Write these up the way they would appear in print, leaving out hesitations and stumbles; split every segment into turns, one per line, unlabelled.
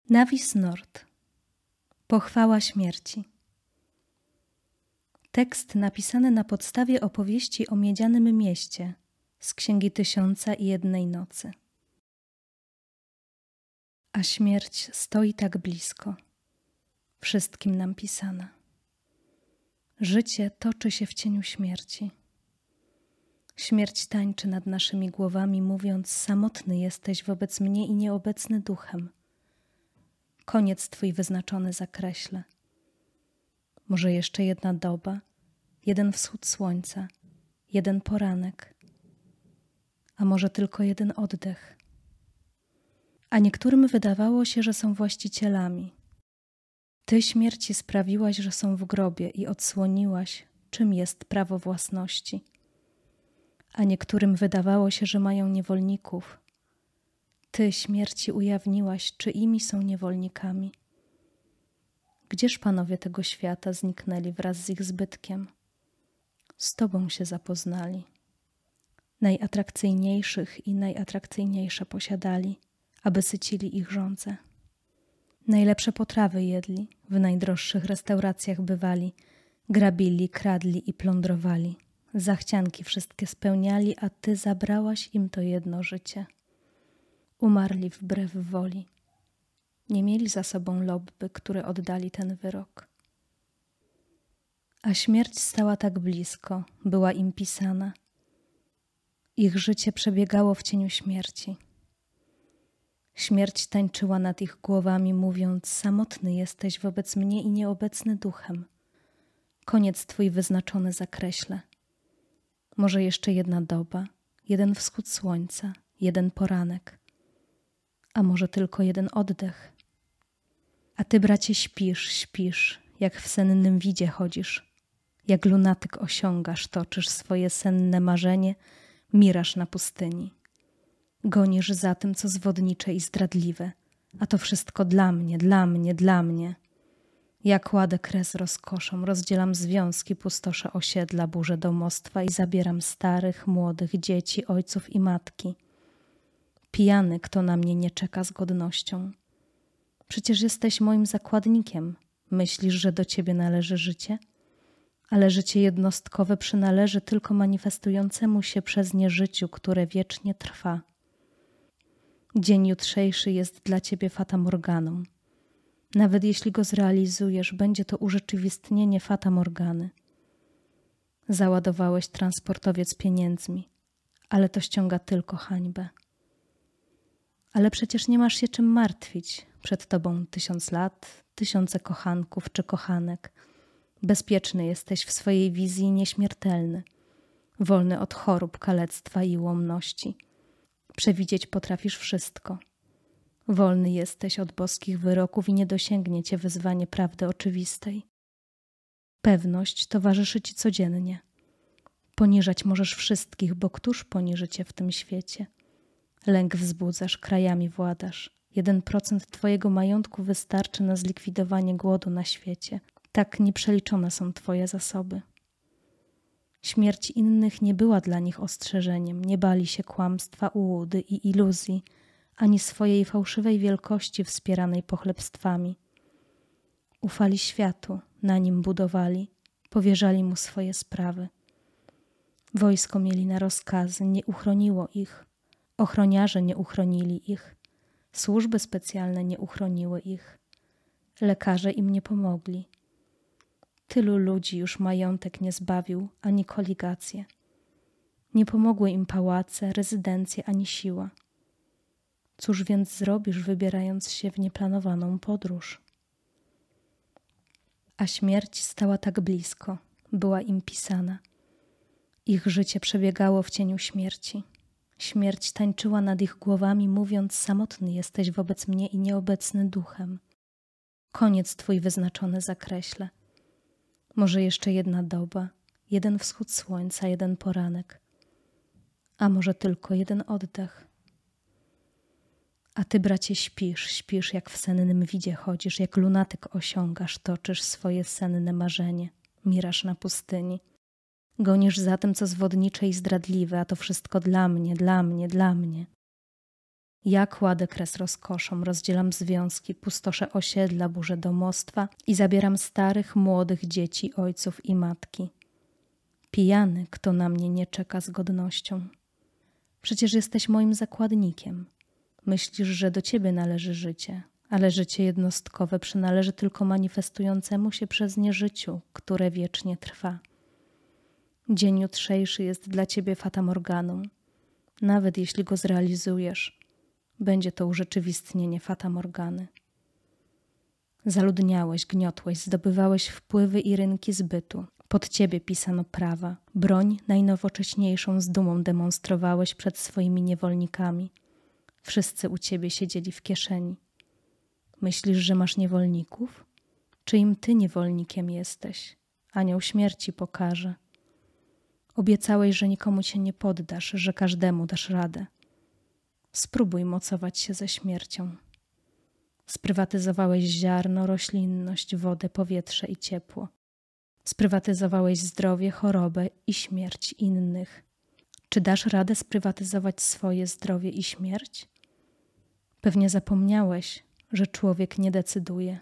Navis Nord. Pochwała śmierci. Tekst napisany na podstawie opowieści o Miedzianym Mieście z Księgi 1001 Nocy. A śmierć stoi tak blisko, wszystkim nam pisana. Życie toczy się w cieniu śmierci. Śmierć tańczy nad naszymi głowami, mówiąc: samotny jesteś wobec mnie i nieobecny duchem. Koniec twój wyznaczony zakreślę. Może jeszcze jedna doba, jeden wschód słońca, jeden poranek, a może tylko jeden oddech. A niektórym wydawało się, że są właścicielami. Ty, śmierci, sprawiłaś, że są w grobie i odsłoniłaś, czym jest prawo własności. A niektórym wydawało się, że mają niewolników. Ty, śmierci, ujawniłaś, czyimi są niewolnikami. Gdzież panowie tego świata zniknęli wraz z ich zbytkiem? Z Tobą się zapoznali. Najatrakcyjniejszych i najatrakcyjniejsze posiadali, aby sycili ich żądze. Najlepsze potrawy jedli, w najdroższych restauracjach bywali, grabili, kradli i plądrowali. Zachcianki wszystkie spełniali, a Ty zabrałaś im to jedno życie. Umarli wbrew woli. Nie mieli za sobą lobby, które oddali ten wyrok. A śmierć stała tak blisko, była im pisana. Ich życie przebiegało w cieniu śmierci. Śmierć tańczyła nad ich głowami, mówiąc: samotny jesteś wobec mnie i nieobecny duchem. Koniec twój wyznaczony zakreślę. Może jeszcze jedna doba, jeden wschód słońca, jeden poranek, a może tylko jeden oddech. A ty, bracie, śpisz, jak w sennym widzie chodzisz, jak lunatyk osiągasz, toczysz swoje senne marzenie, mirasz na pustyni. Gonisz za tym, co zwodnicze i zdradliwe, a to wszystko dla mnie, dla mnie, dla mnie. Ja kładę kres rozkoszom, rozdzielam związki, pustoszę osiedla, burzę domostwa i zabieram starych, młodych, dzieci, ojców i matki. Pijany, kto na mnie nie czeka z godnością. Przecież jesteś moim zakładnikiem. Myślisz, że do ciebie należy życie? Ale życie jednostkowe przynależy tylko manifestującemu się przez nie życiu, które wiecznie trwa. Dzień jutrzejszy jest dla ciebie fatamorganą. Nawet jeśli go zrealizujesz, będzie to urzeczywistnienie fatamorgany. Załadowałeś transportowiec pieniędzmi, ale to ściąga tylko hańbę. Ale przecież nie masz się czym martwić. Przed tobą 1000 lat, tysiące kochanków czy kochanek. Bezpieczny jesteś w swojej wizji, nieśmiertelny. Wolny od chorób, kalectwa i ułomności. Przewidzieć potrafisz wszystko. Wolny jesteś od boskich wyroków i nie dosięgnie cię wyzwanie prawdy oczywistej. Pewność towarzyszy ci codziennie. Poniżać możesz wszystkich, bo któż poniży cię w tym świecie? Lęk wzbudzasz, krajami władasz. 1% twojego majątku wystarczy na zlikwidowanie głodu na świecie. Tak nieprzeliczone są twoje zasoby. Śmierć innych nie była dla nich ostrzeżeniem. Nie bali się kłamstwa, ułudy i iluzji, ani swojej fałszywej wielkości wspieranej pochlebstwami. Ufali światu, na nim budowali, powierzali mu swoje sprawy. Wojsko mieli na rozkazy, nie uchroniło ich. Ochroniarze nie uchronili ich. Służby specjalne nie uchroniły ich. Lekarze im nie pomogli. Tylu ludzi już majątek nie zbawił, ani koligacje. Nie pomogły im pałace, rezydencje, ani siła. Cóż więc zrobisz, wybierając się w nieplanowaną podróż? A śmierć stała tak blisko, była im pisana. Ich życie przebiegało w cieniu śmierci. Śmierć tańczyła nad ich głowami, mówiąc: samotny jesteś wobec mnie i nieobecny duchem. Koniec twój wyznaczony zakreślę. Może jeszcze jedna doba, jeden wschód słońca, jeden poranek, a może tylko jeden oddech. A ty, bracie, śpisz, jak w sennym widzie chodzisz, jak lunatyk osiągasz, toczysz swoje senne marzenie, mirasz na pustyni. Gonisz za tym, co zwodnicze i zdradliwe, a to wszystko dla mnie, dla mnie, dla mnie. Ja kładę kres rozkoszom, rozdzielam związki, pustoszę osiedla, burzę domostwa i zabieram starych, młodych dzieci, ojców i matki. Pijany, kto na mnie nie czeka z godnością. Przecież jesteś moim zakładnikiem. Myślisz, że do ciebie należy życie, ale życie jednostkowe przynależy tylko manifestującemu się przez nie życiu, które wiecznie trwa. Dzień jutrzejszy jest dla ciebie fatamorganą. Nawet jeśli go zrealizujesz, będzie to urzeczywistnienie fatamorgany. Zaludniałeś, gniotłeś, zdobywałeś wpływy i rynki zbytu. Pod ciebie pisano prawa. Broń najnowocześniejszą z dumą demonstrowałeś przed swoimi niewolnikami. Wszyscy u ciebie siedzieli w kieszeni. Myślisz, że masz niewolników? Czy im ty niewolnikiem jesteś? Anioł śmierci pokaże. Obiecałeś, że nikomu się nie poddasz, że każdemu dasz radę. Spróbuj mocować się ze śmiercią. Sprywatyzowałeś ziarno, roślinność, wodę, powietrze i ciepło. Sprywatyzowałeś zdrowie, chorobę i śmierć innych. Czy dasz radę sprywatyzować swoje zdrowie i śmierć? Pewnie zapomniałeś, że człowiek nie decyduje.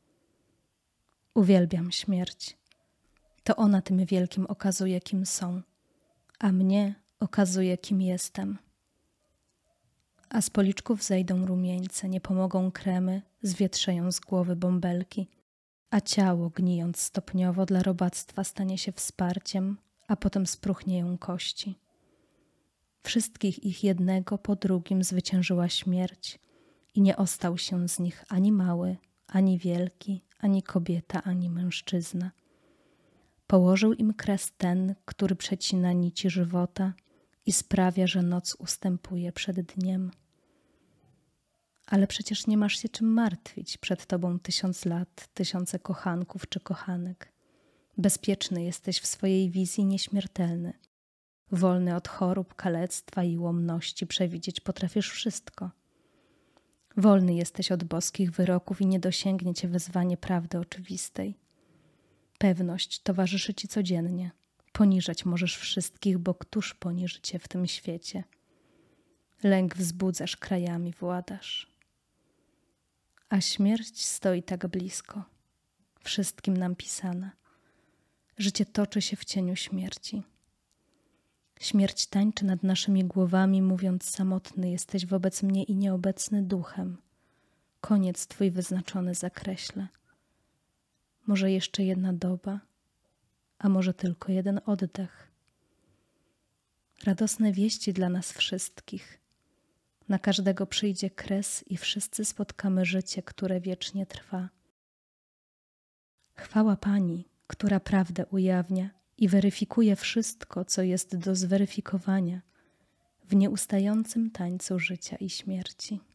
Uwielbiam śmierć. To ona tym wielkim okazuje, kim są, a mnie okazuje, kim jestem. A z policzków zejdą rumieńce, nie pomogą kremy, zwietrzeją z głowy bąbelki, a ciało, gnijąc stopniowo, dla robactwa stanie się wsparciem, a potem spróchnieją kości. Wszystkich ich jednego po drugim zwyciężyła śmierć i nie ostał się z nich ani mały, ani wielki, ani kobieta, ani mężczyzna. Położył im kres ten, który przecina nici żywota i sprawia, że noc ustępuje przed dniem. Ale przecież nie masz się czym martwić. Przed tobą 1000 lat, tysiące kochanków czy kochanek. Bezpieczny jesteś w swojej wizji, nieśmiertelny. Wolny od chorób, kalectwa i łomności, przewidzieć potrafisz wszystko. Wolny jesteś od boskich wyroków i nie dosięgnie cię wezwanie prawdy oczywistej. Pewność towarzyszy ci codziennie. Poniżać możesz wszystkich, bo któż poniży cię w tym świecie? Lęk wzbudzasz, krajami władasz. A śmierć stoi tak blisko, wszystkim nam pisana. Życie toczy się w cieniu śmierci. Śmierć tańczy nad naszymi głowami, mówiąc: samotny jesteś wobec mnie i nieobecny duchem. Koniec twój wyznaczony zakreślę. Może jeszcze jedna doba, a może tylko jeden oddech. Radosne wieści dla nas wszystkich. Na każdego przyjdzie kres i wszyscy spotkamy życie, które wiecznie trwa. Chwała Pani, która prawdę ujawnia i weryfikuje wszystko, co jest do zweryfikowania w nieustającym tańcu życia i śmierci.